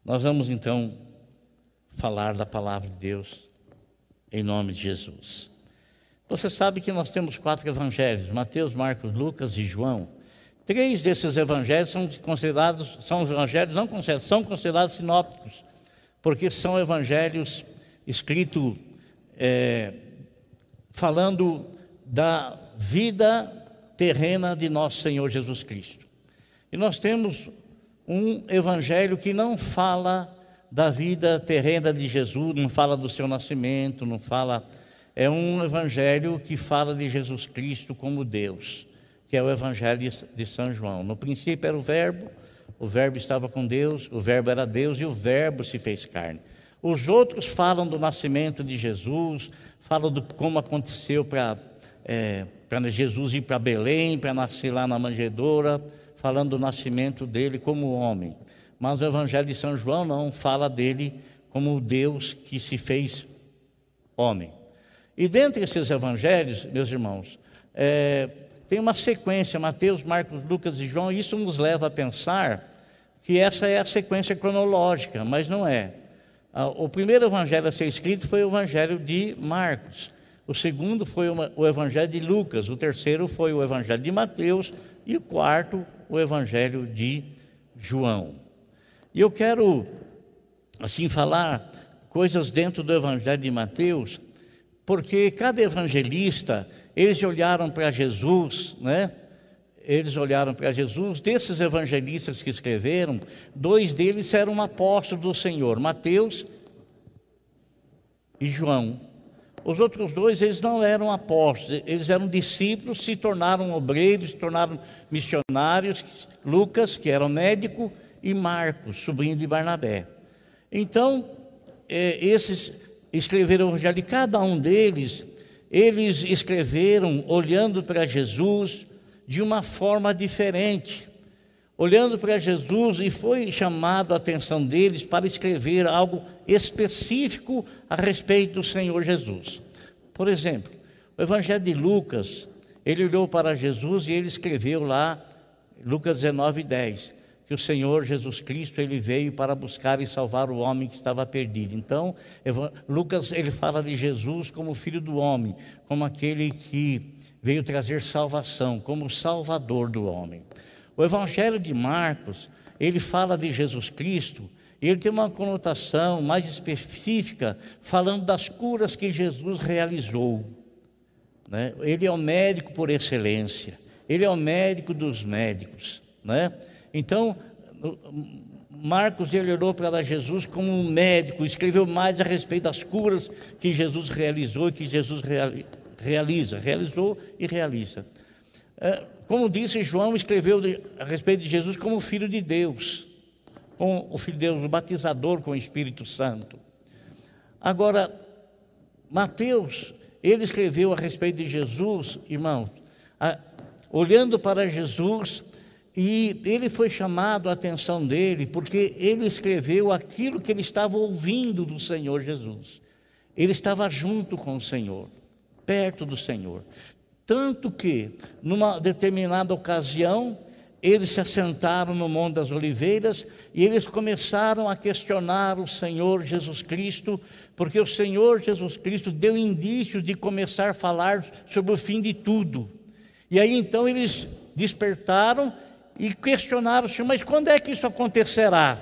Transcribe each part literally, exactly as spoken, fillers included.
Nós vamos então falar da palavra de Deus em nome de Jesus. Você sabe que nós temos quatro evangelhos: Mateus, Marcos, Lucas e João. Três desses evangelhos são considerados, são evangelhos não considerados, são considerados sinópticos, porque são evangelhos escritos é, falando da vida terrena de nosso Senhor Jesus Cristo. E nós temos um evangelho que não fala da vida terrena de Jesus, não fala do seu nascimento, não fala... É um evangelho que fala de Jesus Cristo como Deus, que é o evangelho de São João. No princípio era o verbo, o verbo estava com Deus, o verbo era Deus e o verbo se fez carne. Os outros falam do nascimento de Jesus, falam de como aconteceu para é, para Jesus ir para Belém, para nascer lá na manjedoura, falando do nascimento dele como homem. Mas o evangelho de São João não fala dele como Deus que se fez homem. E dentre esses evangelhos, meus irmãos, é, tem uma sequência: Mateus, Marcos, Lucas e João. Isso nos leva a pensar que essa é a sequência cronológica, mas não é. O primeiro evangelho a ser escrito foi o evangelho de Marcos, o segundo foi o evangelho de Lucas, o terceiro foi o evangelho de Mateus e o quarto o evangelho de João. E eu quero assim falar coisas dentro do evangelho de Mateus, porque cada evangelista, eles olharam para Jesus, né? Eles olharam para Jesus. Desses evangelistas que escreveram, dois deles eram apóstolos do Senhor, Mateus e João. Os outros dois, eles não eram apóstolos, eles eram discípulos, se tornaram obreiros, se tornaram missionários. Lucas, que era médico, e Marcos, sobrinho de Barnabé. Então, esses escreveram o evangelho, e cada um deles, eles escreveram olhando para Jesus de uma forma diferente, olhando para Jesus, e foi chamado a atenção deles para escrever algo específico a respeito do Senhor Jesus. Por exemplo, o evangelho de Lucas, ele olhou para Jesus e ele escreveu lá, Lucas dezenove, dez, que o Senhor Jesus Cristo, ele veio para buscar e salvar o homem que estava perdido. Então, Lucas, ele fala de Jesus como filho do homem, como aquele que veio trazer salvação, como o salvador do homem. O evangelho de Marcos, ele fala de Jesus Cristo, e ele tem uma conotação mais específica, falando das curas que Jesus realizou, né? Ele é o médico por excelência, ele é o médico dos médicos, né? Então, Marcos, ele olhou para Jesus como um médico, escreveu mais a respeito das curas que Jesus realizou e que Jesus realiza, realizou e realiza. Como disse, João escreveu a respeito de Jesus como filho de Deus, com o filho de Deus, o batizador com o Espírito Santo. Agora, Mateus, ele escreveu a respeito de Jesus, irmãos, olhando para Jesus. E ele foi chamado a atenção dele, porque ele escreveu aquilo que ele estava ouvindo do Senhor Jesus. Ele estava junto com o Senhor, perto do Senhor. Tanto que, numa determinada ocasião, eles se assentaram no Monte das Oliveiras e eles começaram a questionar o Senhor Jesus Cristo, porque o Senhor Jesus Cristo deu indícios de começar a falar sobre o fim de tudo. E aí então eles despertaram e questionaram o Senhor: mas quando é que isso acontecerá?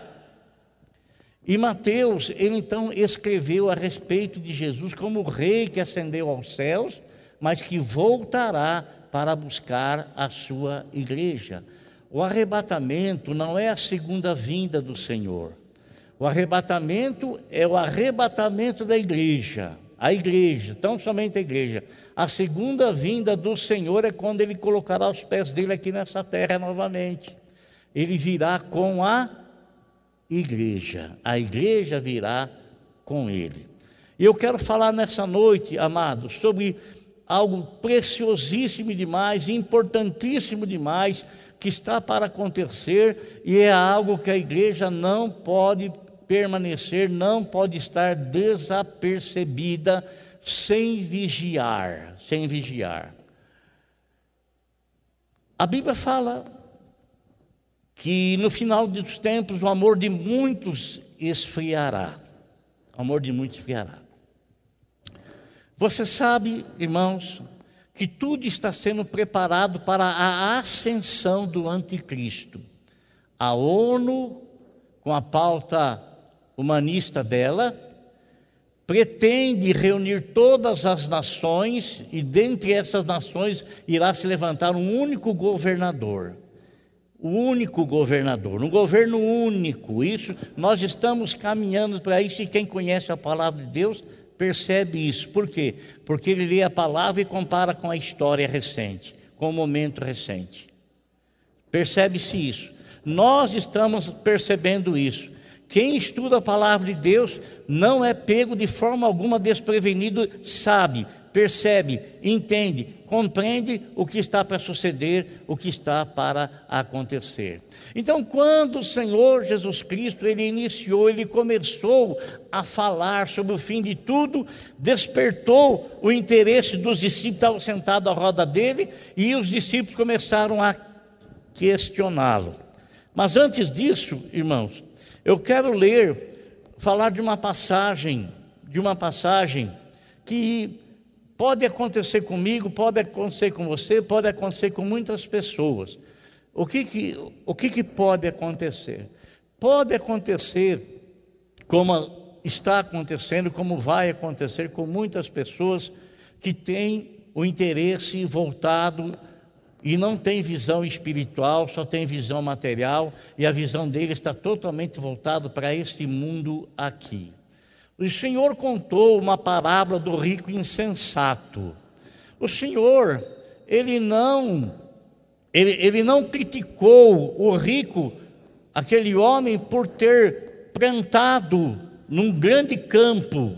E Mateus, ele então escreveu a respeito de Jesus como o rei que ascendeu aos céus, mas que voltará para buscar a sua igreja. O arrebatamento não é a segunda vinda do Senhor. O arrebatamento é o arrebatamento da igreja. A igreja, tão somente a igreja. A segunda vinda do Senhor é quando Ele colocará os pés dele aqui nessa terra novamente. Ele virá com a igreja. A igreja virá com Ele. E eu quero falar nessa noite, amados, sobre algo preciosíssimo demais, importantíssimo demais, que está para acontecer, e é algo que a igreja não pode permanecer, não pode estar desapercebida sem vigiar, sem vigiar. A Bíblia fala que no final dos tempos o amor de muitos esfriará. O amor de muitos esfriará. Você sabe, irmãos, que tudo está sendo preparado para a ascensão do anticristo. A ONU, com a pauta humanista dela, pretende reunir todas as nações, e dentre essas nações irá se levantar um único governador. O único governador, um governo único. Isso, nós estamos caminhando para isso, e quem conhece a palavra de Deus percebe isso. Por quê? Porque ele lê a palavra e compara com a história recente, com o momento recente. Percebe-se isso. Nós estamos percebendo isso. Quem estuda a palavra de Deus não é pego de forma alguma desprevenido, sabe, percebe, entende, compreende o que está para suceder, o que está para acontecer. Então, quando o Senhor Jesus Cristo, ele iniciou, ele começou a falar sobre o fim de tudo, despertou o interesse dos discípulos que estavam sentados à roda dele, e os discípulos começaram a questioná-lo. Mas antes disso, irmãos, eu quero ler, falar de uma passagem, de uma passagem que pode acontecer comigo, pode acontecer com você, pode acontecer com muitas pessoas. O que que, o que que pode acontecer? Pode acontecer, como está acontecendo, como vai acontecer com muitas pessoas que têm o interesse voltado e não tem visão espiritual, só tem visão material, e a visão dele está totalmente voltada para este mundo aqui. O Senhor contou uma parábola do rico insensato. O Senhor, ele não, ele, ele não criticou o rico, aquele homem, por ter plantado num grande campo.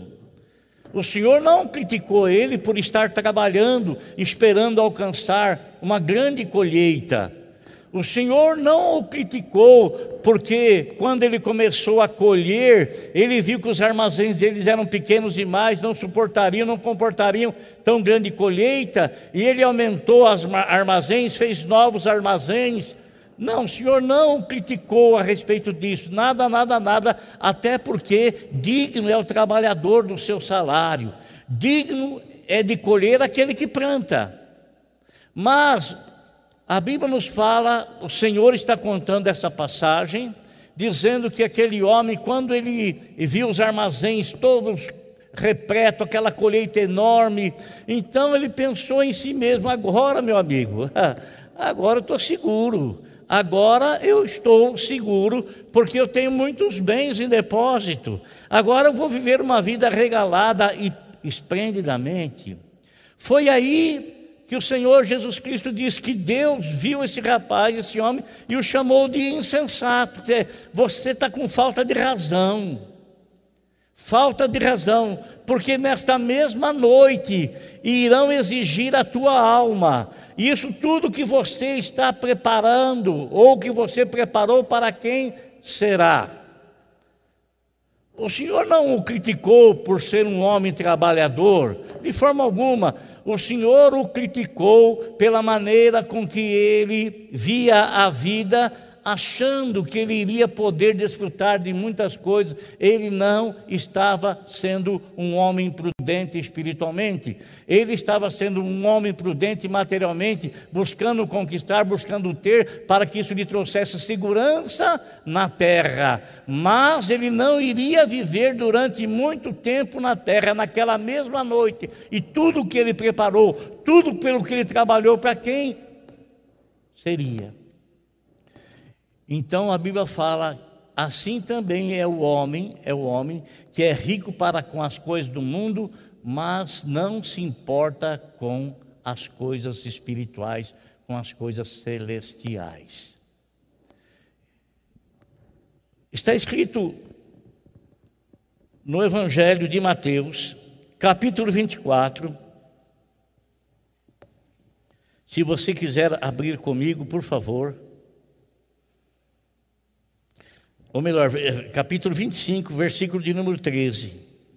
O Senhor não criticou ele por estar trabalhando, esperando alcançar uma grande colheita. O Senhor não o criticou porque, quando ele começou a colher, ele viu que os armazéns deles eram pequenos demais, não suportariam, não comportariam tão grande colheita, e ele aumentou os armazéns, fez novos armazéns. Não, o Senhor não criticou a respeito disso, nada, nada, nada, até porque digno é o trabalhador do seu salário, digno é de colher aquele que planta. Mas a Bíblia nos fala, o Senhor está contando essa passagem, dizendo que aquele homem, quando ele viu os armazéns todos repletos, aquela colheita enorme, então ele pensou em si mesmo: agora, meu amigo, agora eu estou seguro. Agora eu estou seguro, porque eu tenho muitos bens em depósito. Agora eu vou viver uma vida regalada e esplendidamente. Foi aí que o Senhor Jesus Cristo diz que Deus viu esse rapaz, esse homem, e o chamou de insensato. Você está com falta de razão. Falta de razão, porque nesta mesma noite irão exigir a tua alma. Isso tudo que você está preparando, ou que você preparou, para quem será? O Senhor não o criticou por ser um homem trabalhador, de forma alguma. O Senhor o criticou pela maneira com que ele via a vida, achando que ele iria poder desfrutar de muitas coisas. Ele não estava sendo um homem prudente espiritualmente, ele estava sendo um homem prudente materialmente, buscando conquistar, buscando ter, para que isso lhe trouxesse segurança na terra. Mas ele não iria viver durante muito tempo na terra, naquela mesma noite. E tudo que ele preparou, tudo pelo que ele trabalhou, para quem seria? Então a Bíblia fala: assim também é o homem, é o homem que é rico para com as coisas do mundo, mas não se importa com as coisas espirituais, com as coisas celestiais. Está escrito no Evangelho de Mateus, capítulo vinte e quatro. Se você quiser abrir comigo, por favor. Ou melhor, capítulo vinte e cinco, versículo de número treze.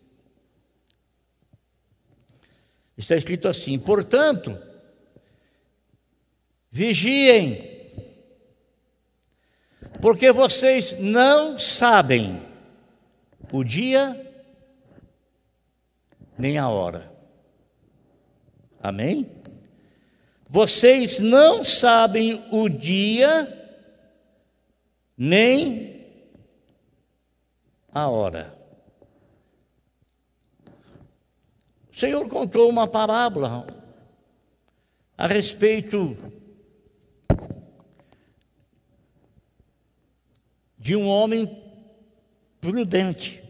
Está escrito assim: portanto, vigiem, porque vocês não sabem o dia, nem a hora. Amém? Vocês não sabem o dia, nem a hora. O Senhor contou uma parábola a respeito de um homem prudente.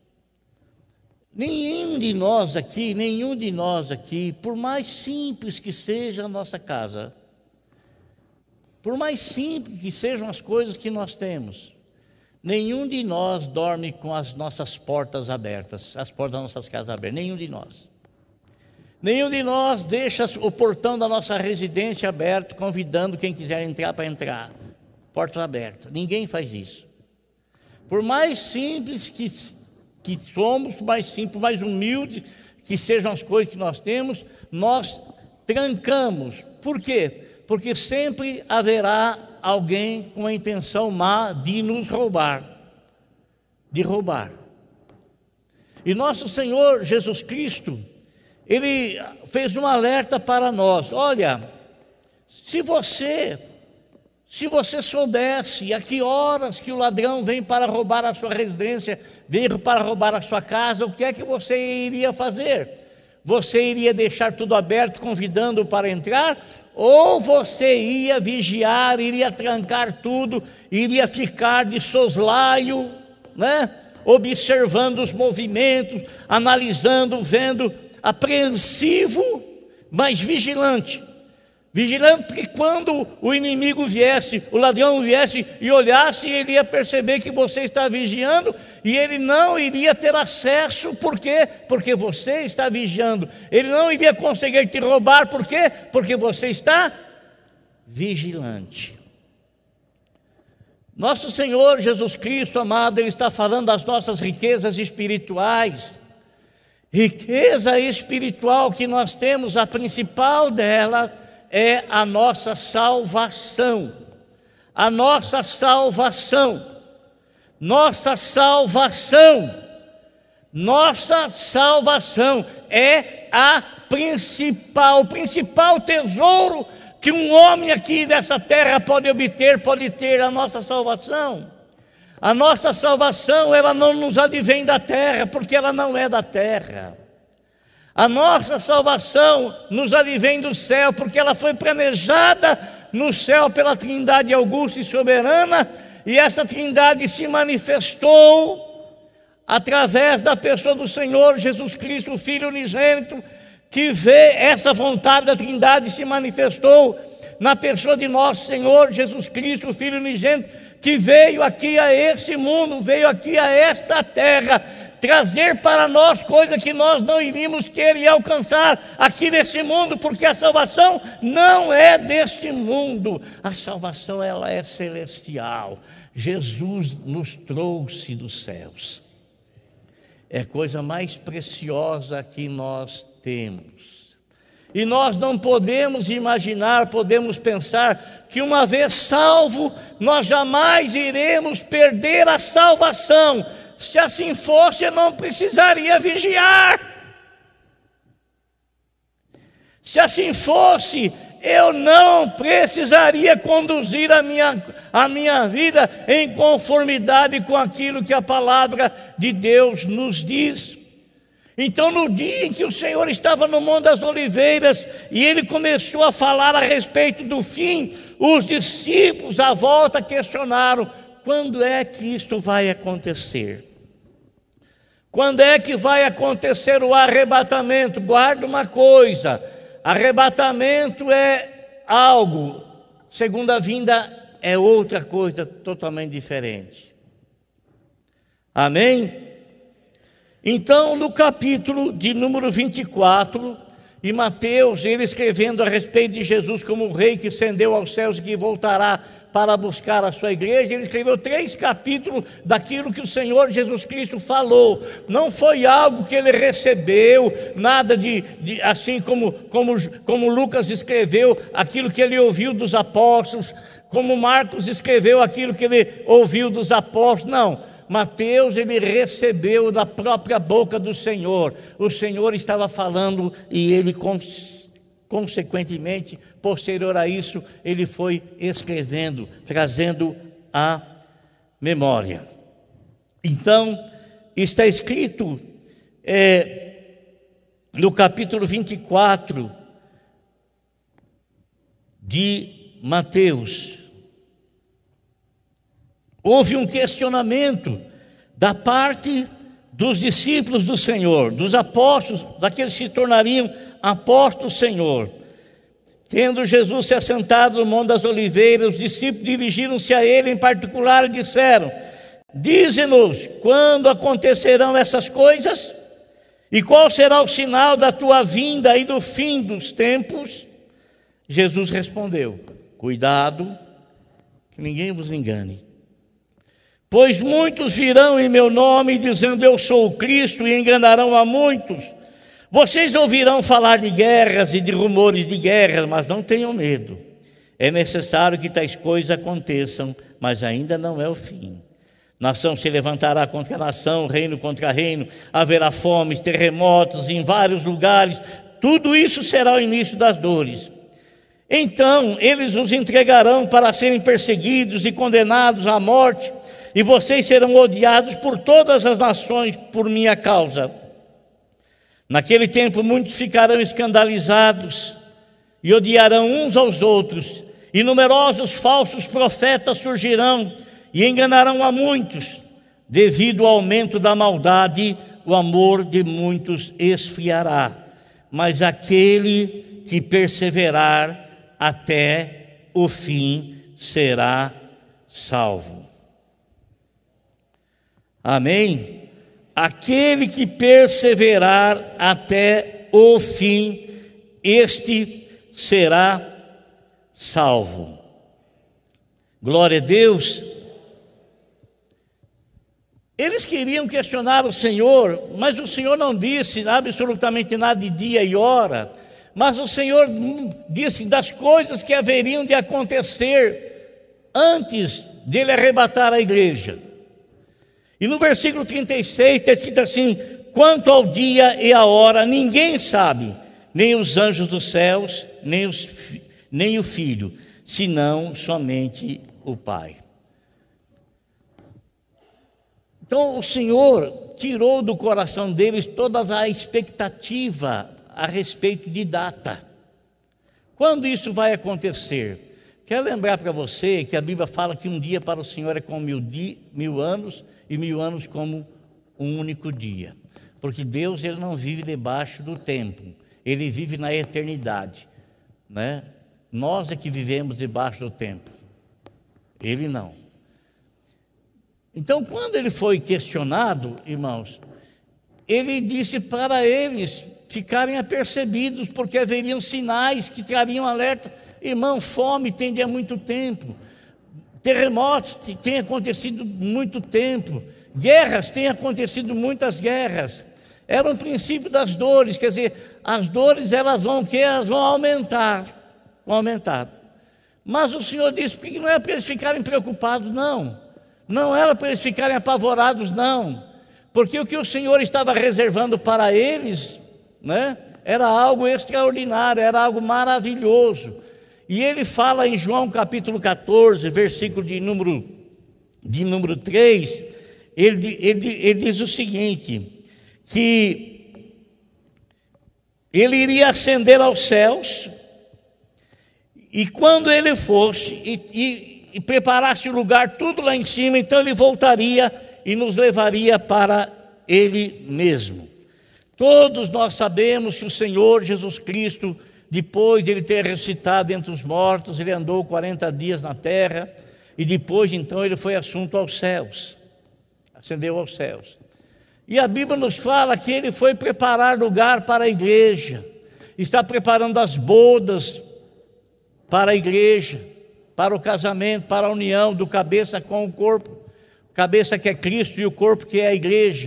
Nenhum de nós aqui, nenhum de nós aqui, por mais simples que seja a nossa casa, por mais simples que sejam as coisas que nós temos, nenhum de nós dorme com as nossas portas abertas, as portas das nossas casas abertas, nenhum de nós. Nenhum de nós deixa o portão da nossa residência aberto, convidando quem quiser entrar para entrar, portas abertas. Ninguém faz isso. Por mais simples que que somos, mais simples, mais humildes que sejam as coisas que nós temos, nós trancamos. Por quê? Porque sempre haverá alguém com a intenção má de nos roubar, de roubar. E nosso Senhor Jesus Cristo, Ele fez um alerta para nós. Olha, se você... Se você soubesse a que horas que o ladrão vem para roubar a sua residência, veio para roubar a sua casa, o que é que você iria fazer? Você iria deixar tudo aberto, convidando-o para entrar? Ou você ia vigiar, iria trancar tudo, iria ficar de soslaio, né? Observando os movimentos, analisando, vendo, apreensivo, mas vigilante. Vigilante, porque quando o inimigo viesse, o ladrão viesse e olhasse, ele ia perceber que você está vigiando e ele não iria ter acesso. Por quê? Porque você está vigiando. Ele não iria conseguir te roubar. Por quê? Porque você está vigilante. Nosso Senhor Jesus Cristo, amado, Ele está falando das nossas riquezas espirituais. Riqueza espiritual que nós temos, a principal dela é a nossa salvação, a nossa salvação, nossa salvação, nossa salvação é a principal, o principal tesouro que um homem aqui dessa terra pode obter, pode ter a nossa salvação. A nossa salvação, ela não nos advém da terra, porque ela não é da terra. A nossa salvação nos advém do céu, porque ela foi planejada no céu pela Trindade augusta e soberana, e essa Trindade se manifestou através da pessoa do Senhor Jesus Cristo, o Filho unigênito, que vê essa vontade da Trindade se manifestou na pessoa de nosso Senhor Jesus Cristo, o Filho unigênito, que veio aqui a esse mundo, veio aqui a esta terra, trazer para nós coisas que nós não iríamos ter e alcançar aqui nesse mundo, porque a salvação não é deste mundo, a salvação ela é celestial. Jesus nos trouxe dos céus, é a coisa mais preciosa que nós temos. E nós não podemos imaginar, podemos pensar que uma vez salvo, nós jamais iremos perder a salvação. Se assim fosse, eu não precisaria vigiar. Se assim fosse, eu não precisaria conduzir a minha, a minha vida em conformidade com aquilo que a palavra de Deus nos diz. Então, no dia em que o Senhor estava no Monte das Oliveiras e Ele começou a falar a respeito do fim, os discípulos à volta questionaram: quando é que isto vai acontecer? Quando é que vai acontecer o arrebatamento? Guarda uma coisa: arrebatamento é algo, segunda vinda é outra coisa totalmente diferente. Amém? Então, no capítulo de número vinte e quatro, e Mateus, ele escrevendo a respeito de Jesus como o rei que ascendeu aos céus e que voltará para buscar a sua igreja, ele escreveu três capítulos daquilo que o Senhor Jesus Cristo falou. Não foi algo que ele recebeu, nada de, de assim como, como, como Lucas escreveu, aquilo que ele ouviu dos apóstolos, como Marcos escreveu aquilo que ele ouviu dos apóstolos, não. Mateus, ele recebeu da própria boca do Senhor. O Senhor estava falando e ele, consequentemente, posterior a isso, ele foi escrevendo, trazendo a memória. Então, está escrito é, no capítulo vinte e quatro de Mateus, houve um questionamento da parte dos discípulos do Senhor, dos apóstolos, daqueles que se tornariam apóstolos do Senhor. Tendo Jesus se assentado no Monte das Oliveiras, os discípulos dirigiram-se a ele em particular e disseram: dize-nos, quando acontecerão essas coisas? E qual será o sinal da tua vinda e do fim dos tempos? Jesus respondeu: cuidado, que ninguém vos engane. Pois muitos virão em meu nome, dizendo eu sou o Cristo, e enganarão a muitos. Vocês ouvirão falar de guerras e de rumores de guerras, mas não tenham medo. É necessário que tais coisas aconteçam, mas ainda não é o fim. Nação se levantará contra nação, reino contra reino, haverá fomes, terremotos em vários lugares. Tudo isso será o início das dores. Então eles os entregarão para serem perseguidos e condenados à morte, e vocês serão odiados por todas as nações por minha causa. Naquele tempo muitos ficarão escandalizados e odiarão uns aos outros, e numerosos falsos profetas surgirão e enganarão a muitos. Devido ao aumento da maldade, o amor de muitos esfriará, mas aquele que perseverar até o fim será salvo. Amém? Aquele que perseverar até o fim, este será salvo. Glória a Deus. Eles queriam questionar o Senhor, mas o Senhor não disse absolutamente nada de dia e hora, mas o Senhor disse das coisas que haveriam de acontecer antes dele arrebatar a igreja. E no versículo trinta e seis está escrito assim: quanto ao dia e a hora, ninguém sabe, nem os anjos dos céus, nem, os, nem o Filho, senão somente o Pai. Então o Senhor tirou do coração deles toda a expectativa a respeito de data. Quando isso vai acontecer? Quero lembrar para você que a Bíblia fala que um dia para o Senhor é como mil, di, mil anos, e mil anos como um único dia. Porque Deus, ele não vive debaixo do tempo, ele vive na eternidade, né? Nós é que vivemos debaixo do tempo, ele não. Então, quando ele foi questionado, irmãos, ele disse para eles ficarem apercebidos, porque haveriam sinais que trariam alerta. Irmão, fome tem de há muito tempo, terremotos têm acontecido muito tempo, guerras têm acontecido muitas guerras. Era um princípio das dores, quer dizer, as dores elas vão que elas vão aumentar, vão aumentar. Mas o Senhor disse que não era para eles ficarem preocupados, não. Não era para eles ficarem apavorados, não. Porque o que o Senhor estava reservando para eles, né, era algo extraordinário, era algo maravilhoso. E ele fala em João capítulo catorze, versículo de número, de número três, ele, ele, ele diz o seguinte, que ele iria ascender aos céus, e quando ele fosse e, e, e preparasse o lugar tudo lá em cima, então ele voltaria e nos levaria para ele mesmo. Todos nós sabemos que o Senhor Jesus Cristo, depois de ele ter ressuscitado entre os mortos, ele andou quarenta dias na terra, e depois então ele foi assunto aos céus, ascendeu aos céus. E a Bíblia nos fala que ele foi preparar lugar para a igreja, está preparando as bodas para a igreja, para o casamento, para a união do cabeça com o corpo, cabeça que é Cristo e o corpo que é a igreja.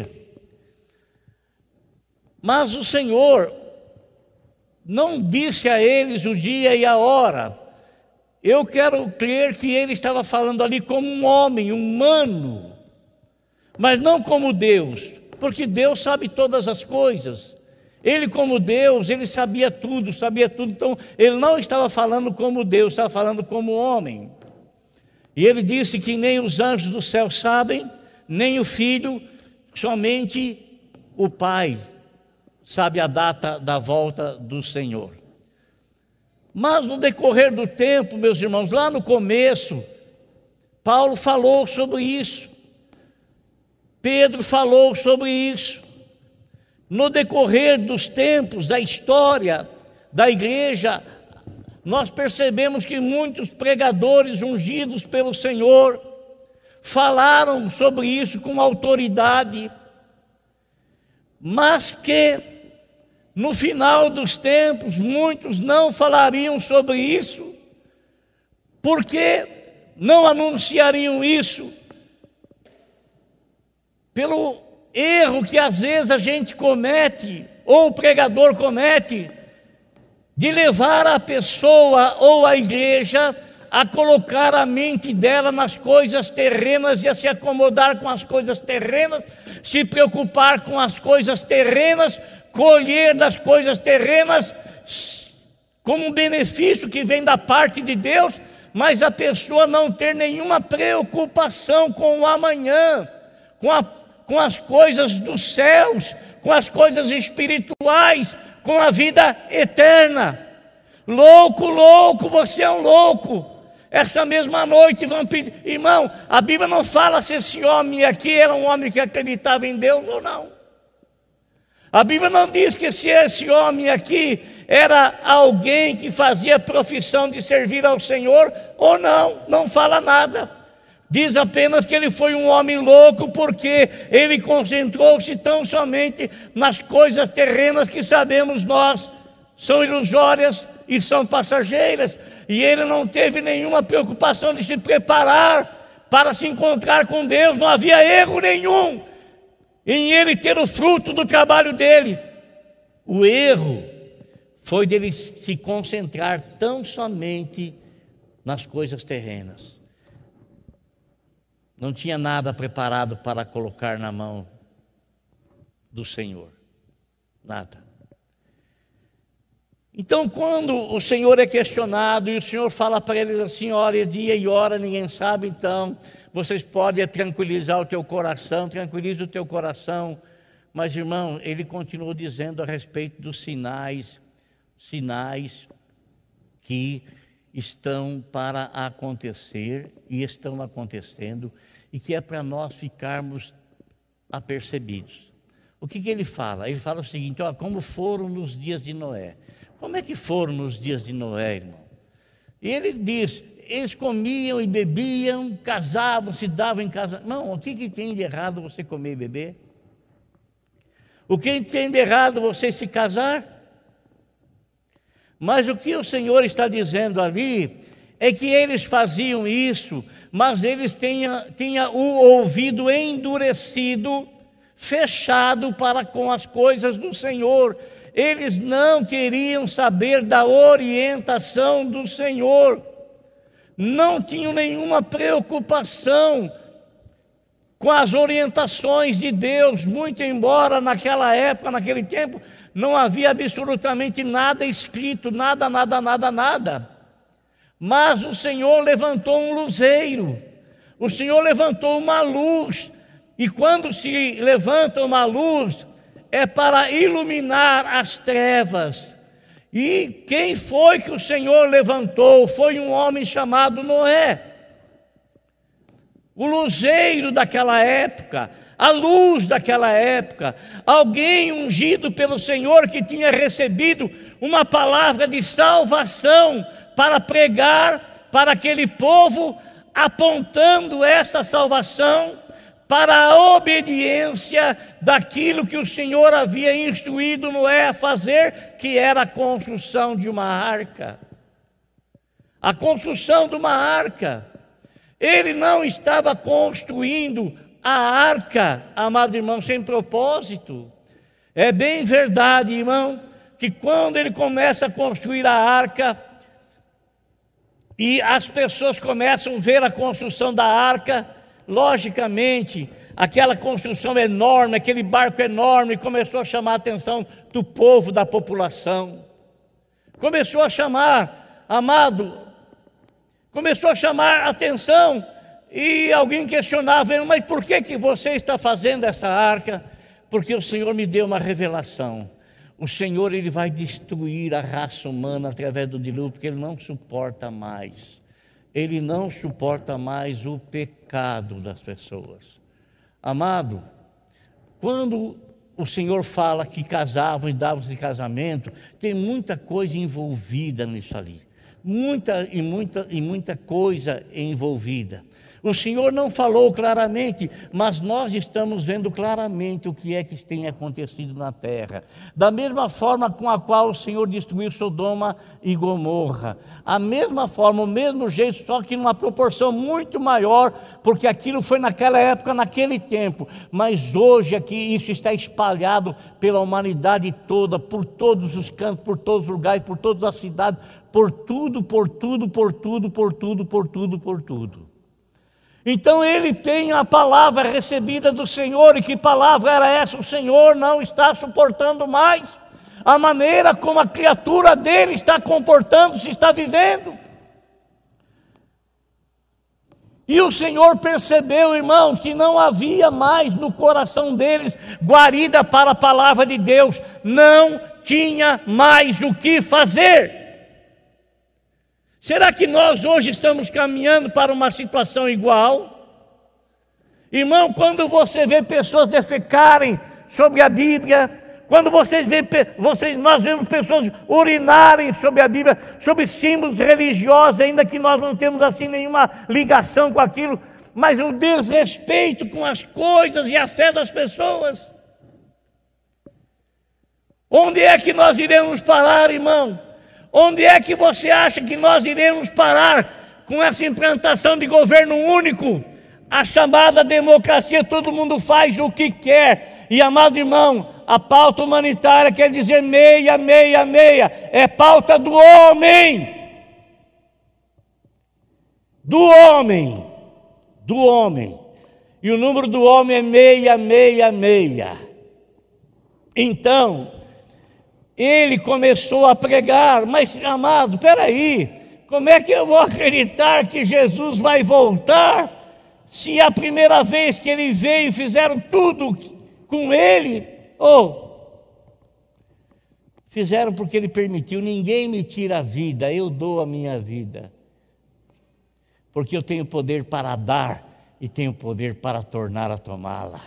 Mas o Senhor não disse a eles o dia e a hora. Eu quero crer que ele estava falando ali como um homem humano, mas não como Deus, porque Deus sabe todas as coisas. Ele, como Deus, ele sabia tudo, sabia tudo. Então, ele não estava falando como Deus, estava falando como homem. E ele disse que nem os anjos do céu sabem, nem o Filho, somente o Pai sabe a data da volta do Senhor. Mas no decorrer do tempo, meus irmãos, lá no começo, Paulo falou sobre isso. Pedro falou sobre isso. No decorrer dos tempos, da história da igreja, nós percebemos que muitos pregadores ungidos pelo Senhor falaram sobre isso com autoridade, mas que no final dos tempos muitos não falariam sobre isso, porque não anunciariam isso, pelo erro que às vezes a gente comete, ou o pregador comete, de levar a pessoa ou a igreja a colocar a mente dela nas coisas terrenas e a se acomodar com as coisas terrenas, se preocupar com as coisas terrenas, colher das coisas terrenas como um benefício que vem da parte de Deus, mas a pessoa não ter nenhuma preocupação com o amanhã, com, a, com as coisas dos céus, com as coisas espirituais, com a vida eterna. Louco, louco, você é um louco. Essa mesma noite vão pedir, irmão, a Bíblia não fala se esse homem aqui era um homem que acreditava em Deus ou não. A Bíblia não diz que se esse homem aqui era alguém que fazia profissão de servir ao Senhor ou não, não fala nada. Diz apenas que ele foi um homem louco porque ele concentrou-se tão somente nas coisas terrenas que sabemos nós são ilusórias e são passageiras. E ele não teve nenhuma preocupação de se preparar para se encontrar com Deus. Não havia erro nenhum em ele ter o fruto do trabalho dele. O erro foi dele se concentrar tão somente nas coisas terrenas. Não tinha nada preparado para colocar na mão do Senhor. Nada. Então, quando o Senhor é questionado e o Senhor fala para eles assim, olha, dia e hora ninguém sabe, então vocês podem tranquilizar o teu coração, tranquiliza o teu coração. Mas, irmão, ele continuou dizendo a respeito dos sinais, sinais que estão para acontecer e estão acontecendo e que é para nós ficarmos apercebidos. O que, que ele fala? Ele fala o seguinte, ó, como foram nos dias de Noé. Como é que foram nos dias de Noé, irmão? E ele diz, eles comiam e bebiam, casavam, se davam em casa. Não, o que, que tem de errado você comer e beber? O que tem de errado você se casar? Mas o que o Senhor está dizendo ali é que eles faziam isso, mas eles tinham, tinham o ouvido endurecido, fechado para com as coisas do Senhor. Eles não queriam saber da orientação do Senhor, não tinham nenhuma preocupação com as orientações de Deus, muito embora naquela época, naquele tempo, não havia absolutamente nada escrito, nada, nada, nada, nada. Mas o Senhor levantou um luzeiro, o Senhor levantou uma luz, e quando se levanta uma luz, é para iluminar as trevas. E quem foi que o Senhor levantou? Foi um homem chamado Noé. O luzeiro daquela época, a luz daquela época, alguém ungido pelo Senhor que tinha recebido uma palavra de salvação para pregar para aquele povo, apontando esta salvação para a obediência daquilo que o Senhor havia instruído Noé a fazer, que era a construção de uma arca. A construção de uma arca. Ele não estava construindo a arca, amado irmão, sem propósito. É bem verdade, irmão, que quando ele começa a construir a arca, e as pessoas começam a ver a construção da arca, logicamente, aquela construção enorme, aquele barco enorme, começou a chamar a atenção do povo, da população. Começou a chamar, amado, começou a chamar a atenção, e alguém questionava, mas por que, que você está fazendo essa arca? Porque o Senhor me deu uma revelação. O Senhor, Ele vai destruir a raça humana através do dilúvio, porque Ele não suporta mais. Ele não suporta mais o pecado das pessoas. Amado, quando o Senhor fala que casavam e davam-se de casamento, tem muita coisa envolvida nisso ali. Muita e muita e muita coisa envolvida. O Senhor não falou claramente, mas nós estamos vendo claramente o que é que tem acontecido na terra. Da mesma forma com a qual o Senhor destruiu Sodoma e Gomorra. A mesma forma, o mesmo jeito, só que numa proporção muito maior, porque aquilo foi naquela época, naquele tempo. Mas hoje aqui isso está espalhado pela humanidade toda, por todos os cantos, por todos os lugares, por todas as cidades, por tudo, por tudo, por tudo, por tudo, por tudo, por tudo. Então ele tem a palavra recebida do Senhor. E que palavra era essa? O Senhor não está suportando mais a maneira como a criatura dele está comportando-se, está vivendo. E o Senhor percebeu, irmãos, que não havia mais no coração deles guarida para a palavra de Deus. Não tinha mais o que fazer. Será que nós hoje estamos caminhando para uma situação igual? Irmão, quando você vê pessoas defecarem sobre a Bíblia, quando vocês vê, vocês, nós vemos pessoas urinarem sobre a Bíblia, sobre símbolos religiosos, ainda que nós não temos assim nenhuma ligação com aquilo, mas o desrespeito com as coisas e a fé das pessoas. Onde é que nós iremos parar, irmão? Onde é que você acha que nós iremos parar com essa implantação de governo único? A chamada democracia, todo mundo faz o que quer. E, amado irmão, a pauta humanitária quer dizer meia, meia, meia. É pauta do homem. Do homem. Do homem. E o número do homem é meia, meia, meia. Então, ele começou a pregar, mas, amado, peraí, como é que eu vou acreditar que Jesus vai voltar, se a primeira vez que ele veio fizeram tudo com ele? Ou, oh, fizeram porque ele permitiu. Ninguém me tira a vida, eu dou a minha vida, porque eu tenho poder para dar e tenho poder para tornar a tomá-la.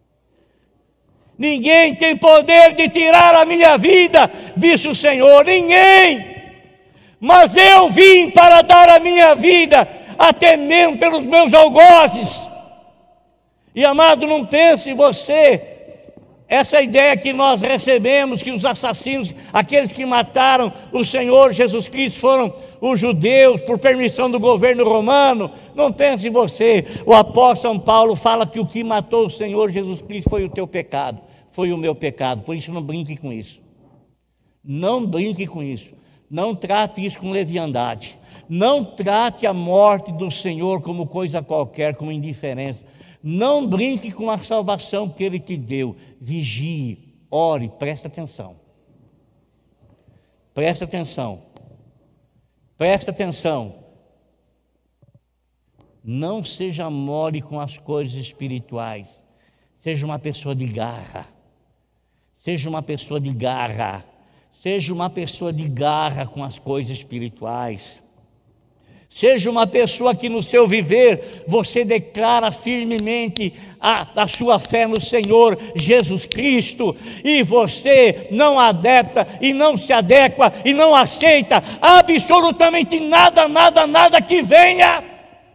Ninguém tem poder de tirar a minha vida, disse o Senhor, ninguém. Mas eu vim para dar a minha vida, até mesmo pelos meus algozes. E, amado, não pense você, essa ideia que nós recebemos, que os assassinos, aqueles que mataram o Senhor Jesus Cristo foram os judeus, por permissão do governo romano. Não pense você, o apóstolo São Paulo fala que o que matou o Senhor Jesus Cristo foi o teu pecado, foi o meu pecado. Por isso não brinque com isso, não brinque com isso, não trate isso com leviandade, não trate a morte do Senhor como coisa qualquer, como indiferença. Não brinque com a salvação que Ele te deu. Vigie, ore, presta atenção. Presta atenção. Presta atenção. Não seja mole com as coisas espirituais. Seja uma pessoa de garra. Seja uma pessoa de garra. Seja uma pessoa de garra com as coisas espirituais. Seja uma pessoa que no seu viver você declara firmemente a, a sua fé no Senhor Jesus Cristo, e você não adapta e não se adequa e não aceita absolutamente nada, nada, nada que venha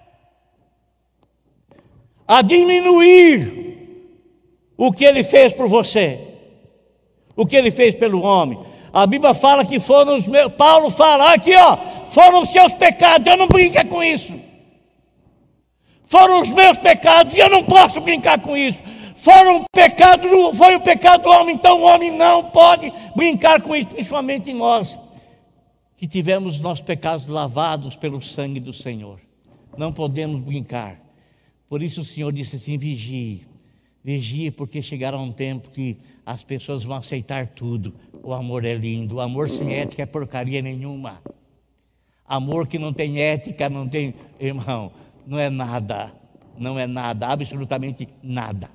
a diminuir o que Ele fez por você, o que Ele fez pelo homem. A Bíblia fala que foram os meus, Paulo fala aqui, ó, foram os seus pecados, eu não brinco com isso. Foram os meus pecados e eu não posso brincar com isso. Foram pecados, foi o pecado do homem, então o homem não pode brincar com isso, principalmente nós, que tivemos nossos pecados lavados pelo sangue do Senhor. Não podemos brincar. Por isso o Senhor disse assim: vigie, Vigie, porque chegará um tempo que as pessoas vão aceitar tudo. O amor é lindo, o amor sem ética é porcaria nenhuma. Amor que não tem ética, não tem, irmão, não é nada, não é nada, absolutamente nada.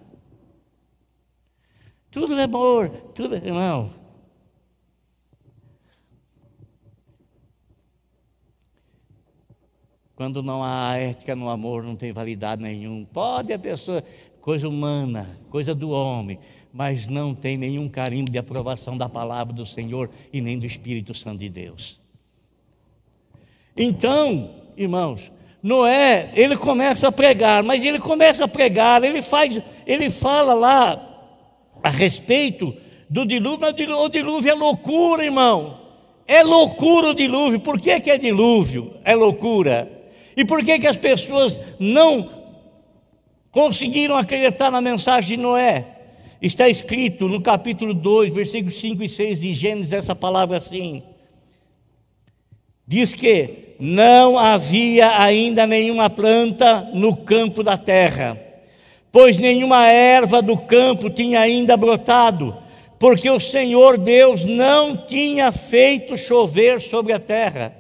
Tudo é amor, tudo, irmão. Quando não há ética no amor, não tem validade nenhuma. Pode a pessoa, coisa humana, coisa do homem, mas não tem nenhum carimbo de aprovação da palavra do Senhor e nem do Espírito Santo de Deus. Então, irmãos, Noé, ele começa a pregar, mas ele começa a pregar, ele faz, ele fala lá a respeito do dilúvio, mas o dilúvio é loucura, irmão. É loucura o dilúvio. Por que que é dilúvio? É loucura. E por que que as pessoas não conseguiram acreditar na mensagem de Noé? Está escrito no capítulo dois, versículos cinco e seis de Gênesis, essa palavra assim. Diz que não havia ainda nenhuma planta no campo da terra, pois nenhuma erva do campo tinha ainda brotado, porque o Senhor Deus não tinha feito chover sobre a terra.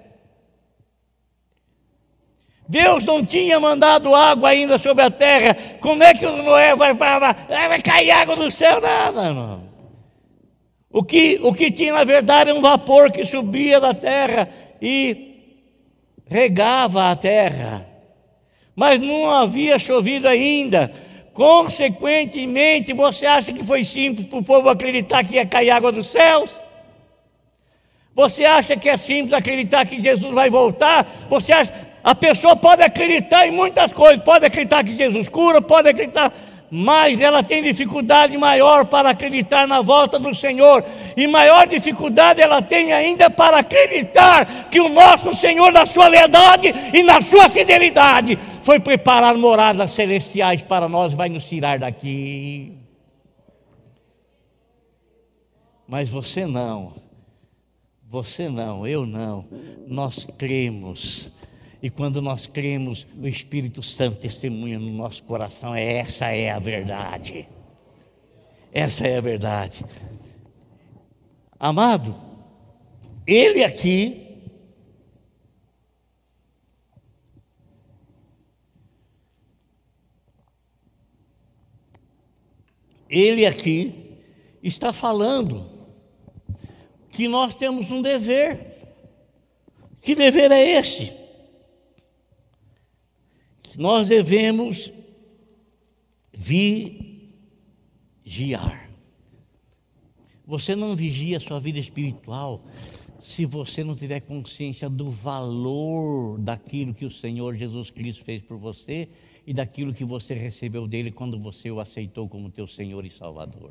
Deus não tinha mandado água ainda sobre a terra. Como é que o Noé vai, vai, vai cair água do céu? Nada, irmão. O que, o que tinha na verdade é um vapor que subia da terra e regava a terra, mas não havia chovido ainda. Consequentemente, você acha que foi simples para o povo acreditar que ia cair água dos céus? Você acha que é simples acreditar que Jesus vai voltar? Você acha? A pessoa pode acreditar em muitas coisas, pode acreditar que Jesus cura, pode acreditar, mas ela tem dificuldade maior para acreditar na volta do Senhor, e maior dificuldade ela tem ainda para acreditar que o nosso Senhor, na sua lealdade e na sua fidelidade, foi preparar moradas celestiais para nós, vai nos tirar daqui. Mas você não, você não, eu não, nós cremos. E quando nós cremos, o Espírito Santo testemunha no nosso coração. Essa é a verdade. Essa é a verdade. Amado, ele aqui ele aqui está falando que nós temos um dever. Que dever é esse? Nós devemos vigiar. Você não vigia a sua vida espiritual se você não tiver consciência do valor daquilo que o Senhor Jesus Cristo fez por você e daquilo que você recebeu dele quando você o aceitou como teu Senhor e Salvador.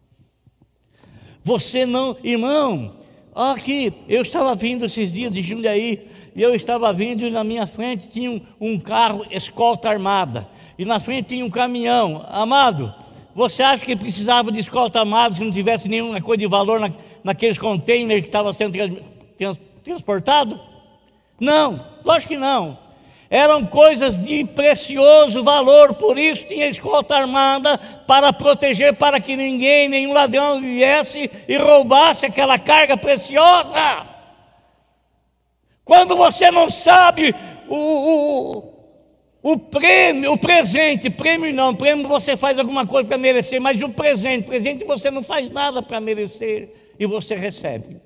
Você não, irmão, aqui, eu estava vindo esses dias de Jundiaí, e eu estava vindo e na minha frente tinha um, um carro escolta armada, e na frente tinha um caminhão. Amado, você acha que precisava de escolta armada se não tivesse nenhuma coisa de valor na, naqueles containers que estavam sendo trans, trans, transportado? Não, lógico que não. Eram coisas de precioso valor, por isso tinha escolta armada para proteger, para que ninguém, nenhum ladrão viesse e roubasse aquela carga preciosa. Quando você não sabe o, o, o prêmio, o presente, prêmio não, prêmio você faz alguma coisa para merecer, mas o presente, presente você não faz nada para merecer e você recebe.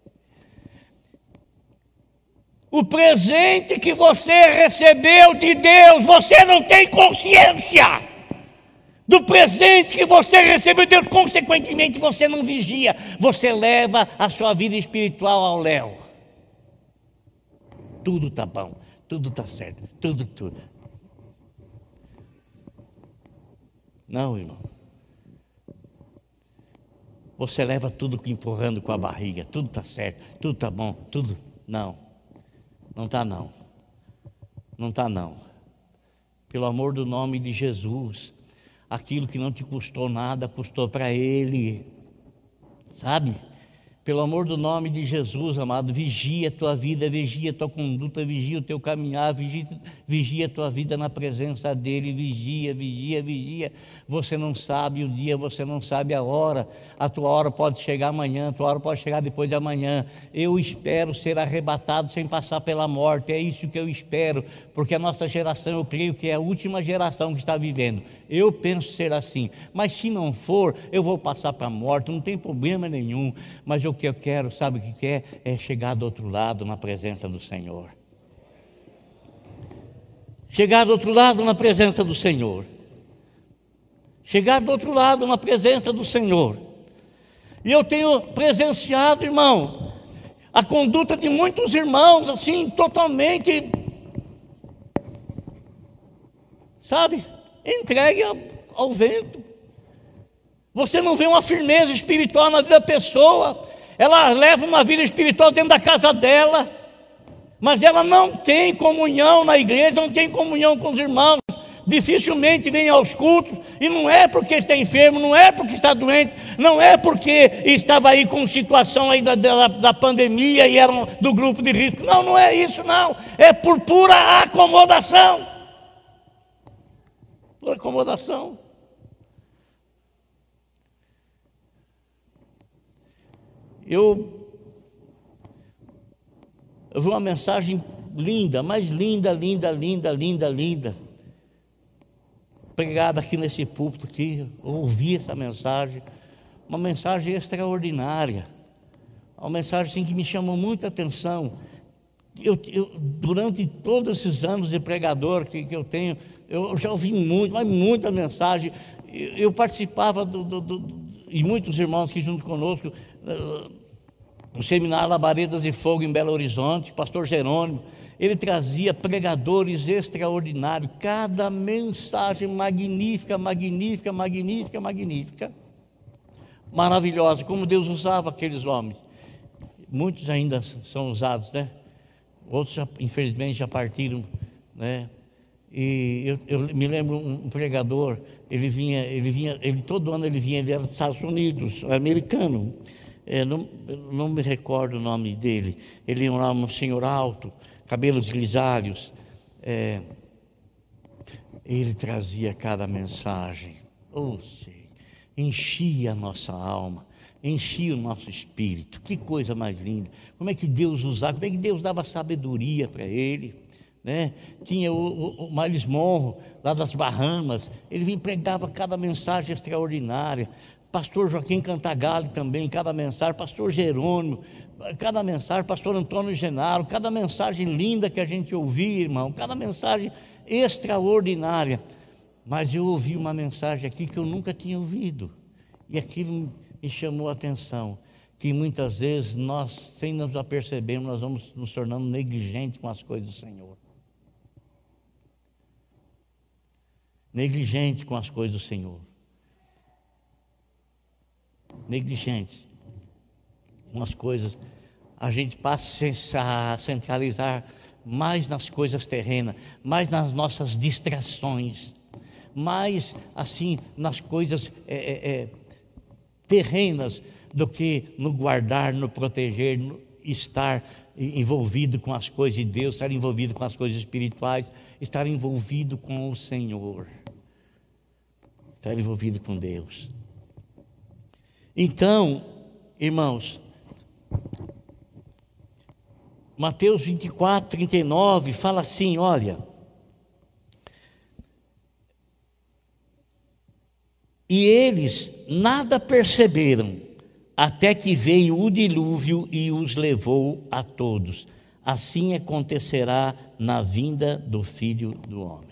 O presente que você recebeu de Deus, você não tem consciência do presente que você recebeu de Deus, consequentemente você não vigia, você leva a sua vida espiritual ao léu. Tudo está bom, tudo está certo, tudo, tudo. Não, irmão. Você leva tudo empurrando com a barriga, tudo está certo, tudo está bom, tudo. Não, não está não. Não está não. Pelo amor do nome de Jesus, aquilo que não te custou nada, custou para Ele. Sabe? Pelo amor do nome de Jesus, amado, vigia a tua vida, vigia a tua conduta, vigia o teu caminhar, vigia, vigia a tua vida na presença dEle, vigia, vigia, vigia. Você não sabe o dia, você não sabe a hora, a tua hora pode chegar amanhã, a tua hora pode chegar depois de amanhã. Eu espero ser arrebatado sem passar pela morte, é isso que eu espero, porque a nossa geração, eu creio que é a última geração que está vivendo. Eu penso ser assim, mas se não for, eu vou passar para a morte, não tem problema nenhum, mas eu o que eu quero, sabe o que é? É chegar do outro lado na presença do Senhor. Chegar do outro lado na presença do Senhor. Chegar do outro lado na presença do Senhor. E eu tenho presenciado, irmão, a conduta de muitos irmãos, assim, totalmente, sabe, entregue ao, ao vento. Você não vê uma firmeza espiritual na vida da pessoa. Ela leva uma vida espiritual dentro da casa dela, mas ela não tem comunhão na igreja, não tem comunhão com os irmãos, dificilmente vem aos cultos, e não é porque está enfermo, não é porque está doente, não é porque estava aí com situação aí da, da, da pandemia e era do grupo de risco, não, não é isso não, é por pura acomodação, por acomodação. Eu, eu vi uma mensagem linda, mais linda, linda, linda, linda, linda, pregada aqui nesse púlpito aqui, eu ouvi essa mensagem, uma mensagem extraordinária, uma mensagem assim, que me chamou muita atenção. Eu, eu, durante todos esses anos de pregador que, que eu tenho, eu já ouvi muito, mas muita mensagem. Eu, eu participava do, do, do, e muitos irmãos aqui junto conosco, no seminário Labaredas de Fogo em Belo Horizonte, pastor Jerônimo, ele trazia pregadores extraordinários, cada mensagem magnífica, magnífica, magnífica, magnífica, maravilhosa, como Deus usava aqueles homens. Muitos ainda são usados, né? Outros, já, infelizmente, já partiram, né? E eu, eu me lembro um, um pregador, ele vinha, ele vinha, ele todo ano ele vinha, ele era dos Estados Unidos, americano, é, não, não me recordo o nome dele, ele era um senhor alto, cabelos grisalhos, é, ele trazia cada mensagem, oh, enchia a nossa alma, enchia o nosso espírito, que coisa mais linda, como é que Deus usava, como é que Deus dava sabedoria para ele, né? Tinha o, o, o Miles Monroe, lá das Bahamas, ele vinha, pregava cada mensagem extraordinária, pastor Joaquim Cantagalli também, cada mensagem, pastor Jerônimo, cada mensagem, pastor Antônio Genaro, cada mensagem linda que a gente ouvia, irmão, cada mensagem extraordinária, mas eu ouvi uma mensagem aqui que eu nunca tinha ouvido, e aquilo me chamou a atenção, que muitas vezes nós, sem nos apercebermos, nós vamos nos tornando negligentes com as coisas do Senhor. Negligente com as coisas do Senhor. Negligentes com as coisas. A gente passa a centralizar mais nas coisas terrenas, mais nas nossas distrações, mais assim nas coisas é, é, é, terrenas do que no guardar, no proteger, no estar envolvido com as coisas de Deus, estar envolvido com as coisas espirituais, estar envolvido com o Senhor. Estar envolvido com Deus. Então, irmãos, Mateus vinte e quatro, trinta e nove fala assim, olha, e eles nada perceberam, até que veio o dilúvio e os levou a todos. Assim acontecerá na vinda do Filho do Homem.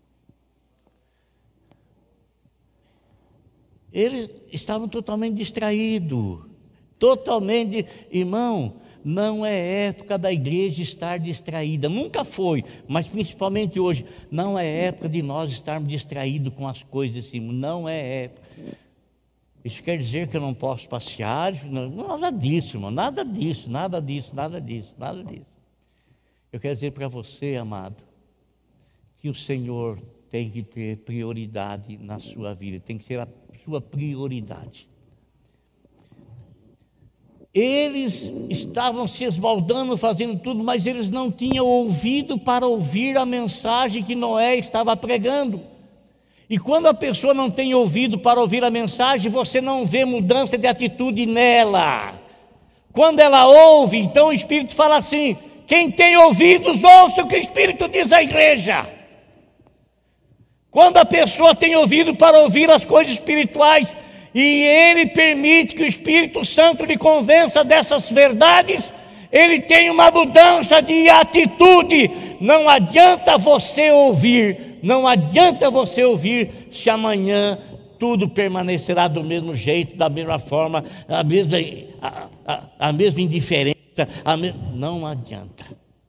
Eles estavam totalmente distraídos, totalmente, irmão, não é época da igreja estar distraída, nunca foi, mas principalmente hoje, não é época de nós estarmos distraídos com as coisas desse mundo, não é época. Isso quer dizer que eu não posso passear? Não, nada disso, irmão, nada disso, nada disso, nada disso, nada disso. Eu quero dizer para você, amado, que o Senhor tem que ter prioridade na sua vida, tem que ser a sua prioridade. Eles estavam se esbaldando, fazendo tudo, mas eles não tinham ouvido para ouvir a mensagem que Noé estava pregando. E quando a pessoa não tem ouvido para ouvir a mensagem, você não vê mudança de atitude nela. Quando ela ouve, então o Espírito fala assim: quem tem ouvidos, ouça o que o Espírito diz à igreja. Quando a pessoa tem ouvido para ouvir as coisas espirituais, e ele permite que o Espírito Santo lhe convença dessas verdades, ele tem uma mudança de atitude. Não adianta você ouvir, não adianta você ouvir se amanhã tudo permanecerá do mesmo jeito, da mesma forma, a mesma, a, a, a mesma indiferença. A me... Não adianta.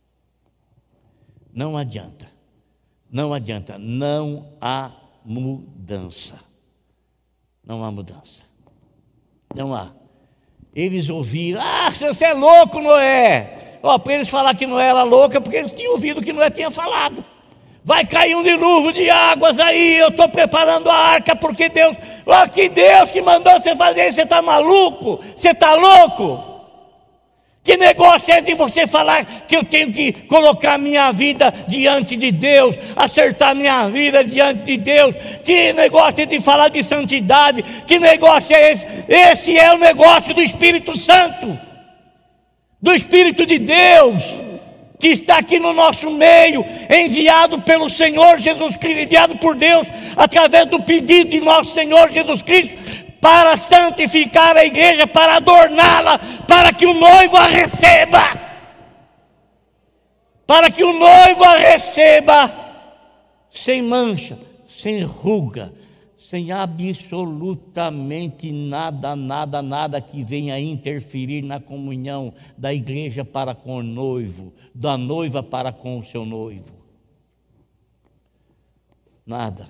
Não adianta. Não adianta. Não há mudança. Não há mudança. Não há. Eles ouviram: ah, você é louco, Noé. Ó, para eles falar que Noé era louco é porque eles tinham ouvido o que Noé tinha falado. Vai cair um dilúvio de águas aí, eu estou preparando a arca, porque Deus, ó, que Deus que mandou você fazer isso, você está maluco? Você está louco? Que negócio é de você falar que eu tenho que colocar minha vida diante de Deus, acertar minha vida diante de Deus? Que negócio é de falar de santidade? Que negócio é esse? Esse é o negócio do Espírito Santo, do Espírito de Deus, que está aqui no nosso meio, enviado pelo Senhor Jesus Cristo, enviado por Deus, através do pedido de nosso Senhor Jesus Cristo, para santificar a igreja, para adorná-la, para que o noivo a receba, para que o noivo a receba, sem mancha, sem ruga, sem absolutamente nada, nada, nada que venha interferir na comunhão da igreja para com o noivo, da noiva para com o seu noivo. Nada.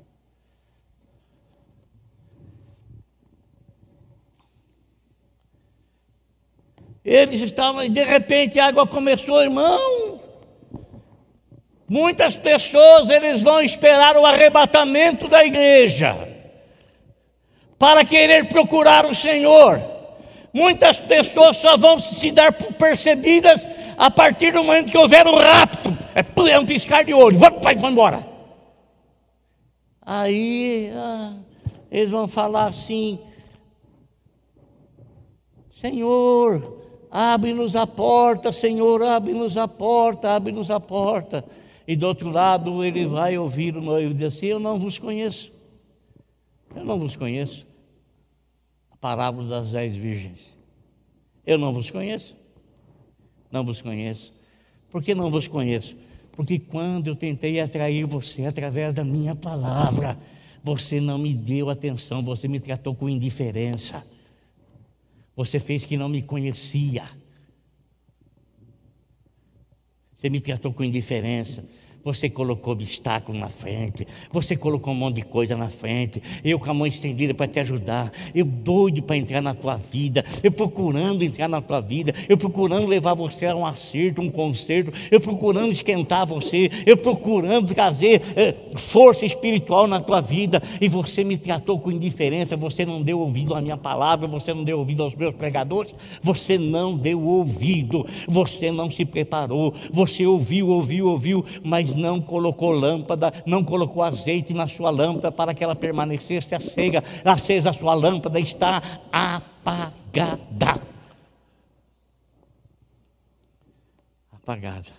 Eles estavam, e de repente a água começou, irmão. Muitas pessoas, eles vão esperar o arrebatamento da igreja para querer procurar o Senhor. Muitas pessoas só vão se dar percebidas a partir do momento que houver o rapto. É, é um piscar de olho, vai, vai, vai embora. Aí ah, eles vão falar assim: Senhor, abre-nos a porta, Senhor, abre-nos a porta, abre-nos a porta. E do outro lado ele vai ouvir o noivo dizer assim: eu não vos conheço, eu não vos conheço. A parábola das dez virgens. Eu não vos conheço, não vos conheço. Por que não vos conheço? Porque quando eu tentei atrair você através da minha palavra, você não me deu atenção, você me tratou com indiferença. Você fez que não me conhecia. Você me tratou com indiferença. Você colocou obstáculo na frente. Você colocou um monte de coisa na frente. Eu com a mão estendida para te ajudar. Eu doido para entrar na tua vida. Eu procurando entrar na tua vida. Eu procurando levar você a um acerto, um conserto. Eu procurando esquentar você. Eu procurando trazer eh, força espiritual na tua vida. E você me tratou com indiferença. Você não deu ouvido à minha palavra. Você não deu ouvido aos meus pregadores. Você não deu ouvido. Você não se preparou. Você ouviu, ouviu, ouviu, mas não colocou lâmpada, não colocou azeite na sua lâmpada para que ela permanecesse acesa. Acesa, a sua lâmpada está apagada. Apagada.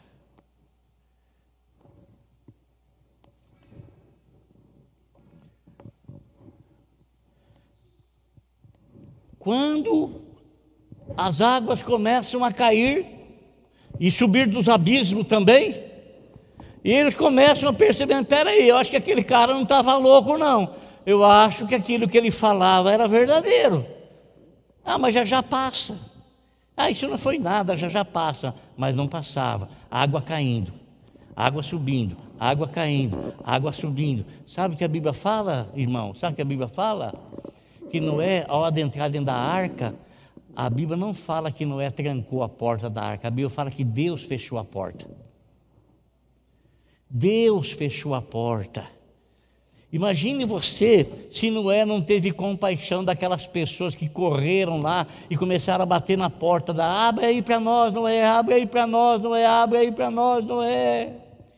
Quando as águas começam a cair e subir dos abismos também, e eles começam a perceber: peraí, eu acho que aquele cara não estava louco não, eu acho que aquilo que ele falava era verdadeiro. Ah, mas já já passa. Ah, isso não foi nada, já já passa. Mas não passava, água caindo, água subindo, água caindo, água subindo. Sabe o que a Bíblia fala, irmão? Sabe o que a Bíblia fala? Que Noé, ao adentrar dentro da arca, a Bíblia não fala que Noé trancou a porta da arca. A Bíblia fala que Deus fechou a porta. Deus fechou a porta. Imagine você se Noé não teve compaixão daquelas pessoas que correram lá e começaram a bater na porta da, abre aí para nós, Noé, abre aí para nós, Noé, abre aí para nós, Noé.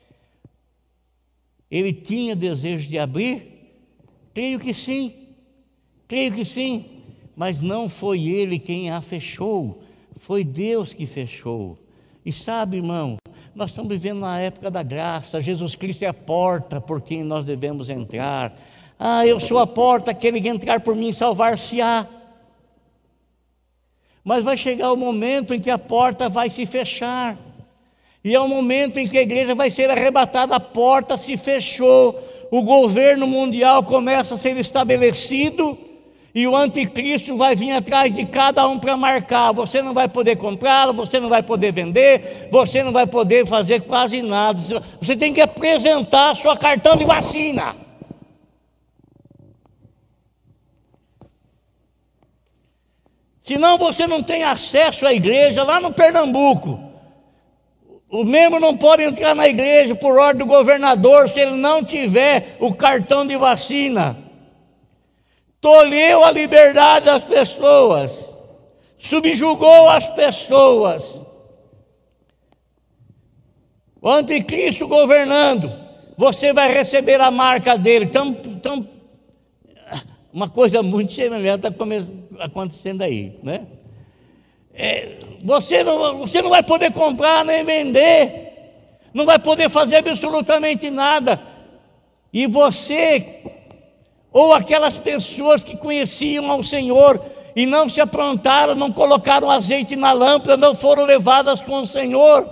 Ele tinha desejo de abrir? Creio que sim, creio que sim, mas não foi ele quem a fechou, foi Deus que fechou. E sabe, irmão, nós estamos vivendo na época da graça. Jesus Cristo é a porta por quem nós devemos entrar. Ah, eu sou a porta, aquele que entrar por mim salvar-se-á. Mas vai chegar o momento em que a porta vai se fechar, e é o momento em que a igreja vai ser arrebatada. A porta se fechou, o governo mundial começa a ser estabelecido, e o anticristo vai vir atrás de cada um para marcar. Você não vai poder comprá-lo, você não vai poder vender, você não vai poder fazer quase nada. Você tem que apresentar sua cartão de vacina. Senão você não tem acesso à igreja. Lá no Pernambuco, o membro não pode entrar na igreja por ordem do governador se ele não tiver o cartão de vacina. Tolheu a liberdade das pessoas, subjugou as pessoas. O anticristo governando, você vai receber a marca dele. Então, então uma coisa muito semelhante está acontecendo aí, né? É, você, não, você não vai poder comprar nem vender, não vai poder fazer absolutamente nada. E você, ou aquelas pessoas que conheciam ao Senhor e não se aprontaram, não colocaram azeite na lâmpada, não foram levadas com o Senhor,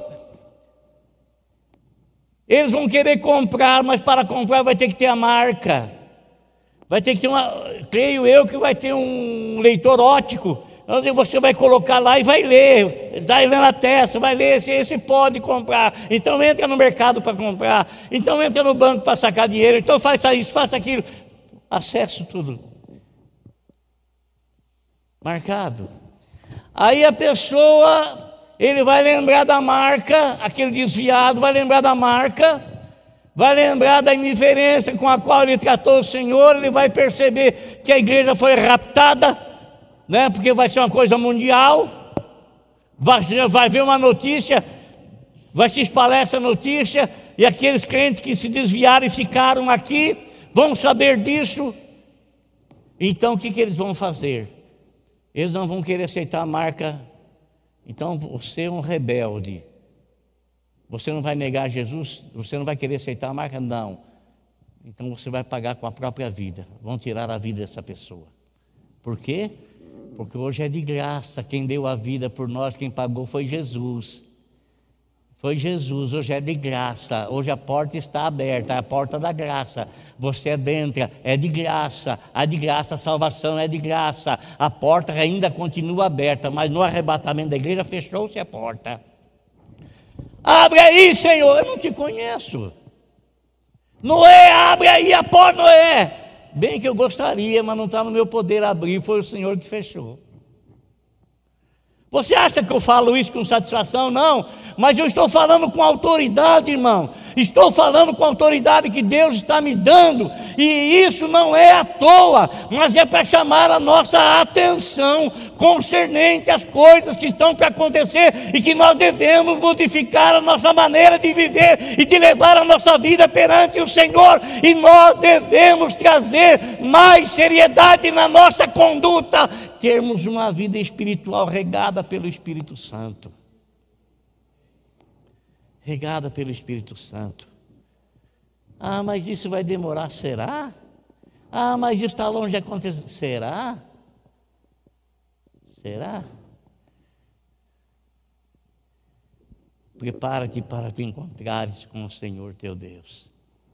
eles vão querer comprar, mas para comprar vai ter que ter a marca, vai ter que ter uma, creio eu que vai ter um leitor óptico, onde você vai colocar lá e vai ler, vai ler na testa, vai ler se esse pode comprar, então entra no mercado para comprar, então entra no banco para sacar dinheiro, então faça isso, faça aquilo. Acesso tudo marcado. Aí a pessoa, ele vai lembrar da marca, aquele desviado vai lembrar da marca, vai lembrar da indiferença com a qual ele tratou o Senhor. Ele vai perceber que a igreja foi raptada, né? Porque vai ser uma coisa mundial, vai, vai ver uma notícia, vai se espalhar essa notícia, e aqueles crentes que se desviaram e ficaram aqui vão saber disso. Então o que, que eles vão fazer? Eles não vão querer aceitar a marca. Então você é um rebelde, você não vai negar Jesus, você não vai querer aceitar a marca? Não. Então você vai pagar com a própria vida, vão tirar a vida dessa pessoa. Por quê? Porque hoje é de graça. Quem deu a vida por nós, quem pagou foi Jesus. Foi Jesus, hoje é de graça, hoje a porta está aberta, é a porta da graça, você adentra, é de graça, a de graça, a salvação é de graça, a porta ainda continua aberta, mas no arrebatamento da igreja fechou-se a porta. Abre aí, Senhor, eu não te conheço. Noé, abre aí a porta, Noé. Bem que eu gostaria, mas não está no meu poder abrir, foi o Senhor que fechou. Você acha que eu falo isso com satisfação? Não, mas eu estou falando com autoridade, irmão. Estou falando com a autoridade que Deus está me dando, e isso não é à toa, mas é para chamar a nossa atenção concernente às coisas que estão para acontecer, e que nós devemos modificar a nossa maneira de viver e de levar a nossa vida perante o Senhor, e nós devemos trazer mais seriedade na nossa conduta, termos uma vida espiritual regada pelo Espírito Santo. Regada pelo Espírito Santo. Ah, mas isso vai demorar, será? Ah, mas isso está longe de acontecer, será? Será? Prepara-te para te encontrares com o Senhor teu Deus.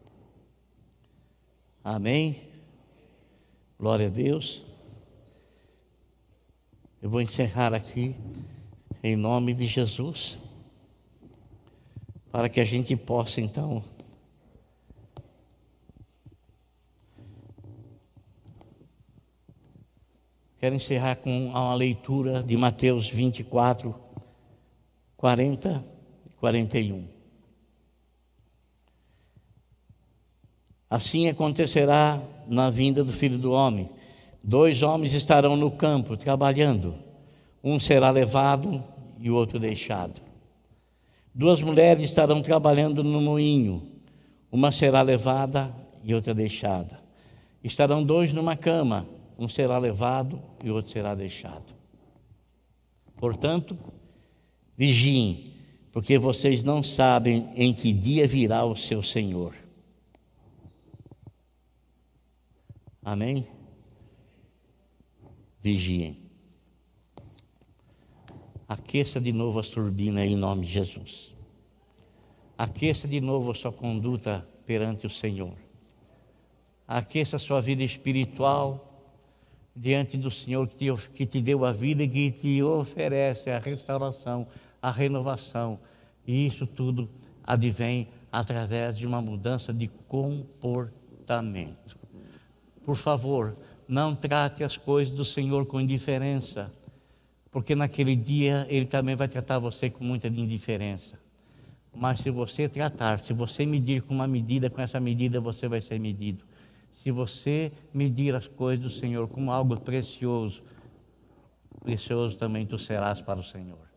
Amém? Glória a Deus. Eu vou encerrar aqui, em nome de Jesus, para que a gente possa então quero encerrar com uma leitura de Mateus vinte e quatro, quarenta e quarenta e um. Assim acontecerá na vinda do Filho do Homem. Dois homens estarão no campo trabalhando, um será levado e o outro deixado. Duas mulheres estarão trabalhando no moinho, uma será levada e outra deixada. Estarão dois numa cama, um será levado e o outro será deixado. Portanto, vigiem, porque vocês não sabem em que dia virá o seu Senhor. Amém? Vigiem. Aqueça de novo as turbinas em nome de Jesus. Aqueça de novo a sua conduta perante o Senhor. Aqueça a sua vida espiritual diante do Senhor que te, que te deu a vida e que te oferece a restauração, a renovação. E isso tudo advém através de uma mudança de comportamento. Por favor, não trate as coisas do Senhor com indiferença, porque naquele dia Ele também vai tratar você com muita indiferença. Mas se você tratar, se você medir com uma medida, com essa medida você vai ser medido. Se você medir as coisas do Senhor como algo precioso, precioso também tu serás para o Senhor.